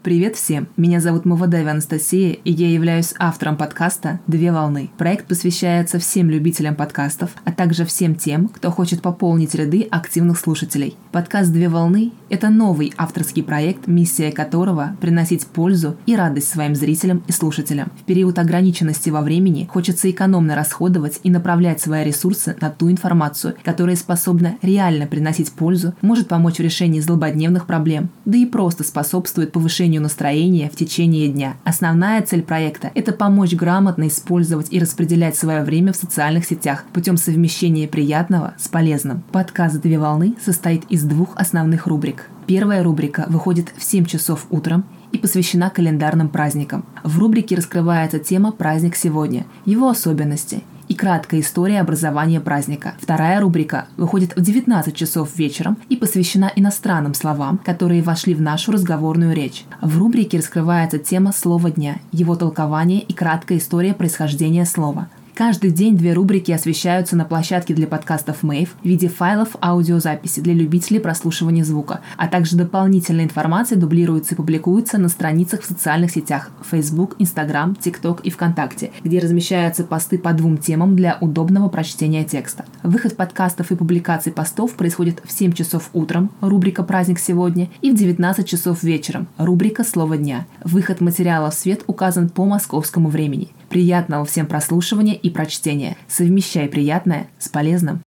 Привет всем! Меня зовут Мавадаева Анастасия, и я являюсь автором подкаста «Две волны». Проект посвящается всем любителям подкастов, а также всем тем, кто хочет пополнить ряды активных слушателей. Подкаст «Две волны» — это новый авторский проект, миссия которого — приносить пользу и радость своим зрителям и слушателям. В период ограниченности во времени хочется экономно расходовать и направлять свои ресурсы на ту информацию, которая способна реально приносить пользу, может помочь в решении злободневных проблем, да и просто способствует повышению настроения в течение дня. Основная цель проекта – это помочь грамотно использовать и распределять свое время в социальных сетях путем совмещения приятного с полезным. Подкаст «Две волны» состоит из двух основных рубрик. Первая рубрика выходит в 7 часов утром и посвящена календарным праздникам. В рубрике раскрывается тема «Праздник сегодня», его особенности и краткая история образования праздника. Вторая рубрика выходит в 19 часов вечером и посвящена иностранным словам, которые вошли в нашу разговорную речь. В рубрике раскрывается тема слова дня, его толкование и краткая история происхождения слова. Каждый день 2 рубрики освещаются на площадке для подкастов Mave в виде файлов аудиозаписи для любителей прослушивания звука, а также дополнительная информация дублируется и публикуется на страницах в социальных сетях Facebook, Instagram, TikTok и ВКонтакте, где размещаются посты по 2 темам для удобного прочтения текста. Выход подкастов и публикаций постов происходит в 7 часов утром, рубрика «Праздник сегодня», и в 19 часов вечером, рубрика «Слово дня». Выход материала в свет указан по московскому времени. Приятного всем прослушивания и прочтения. Совмещай приятное с полезным.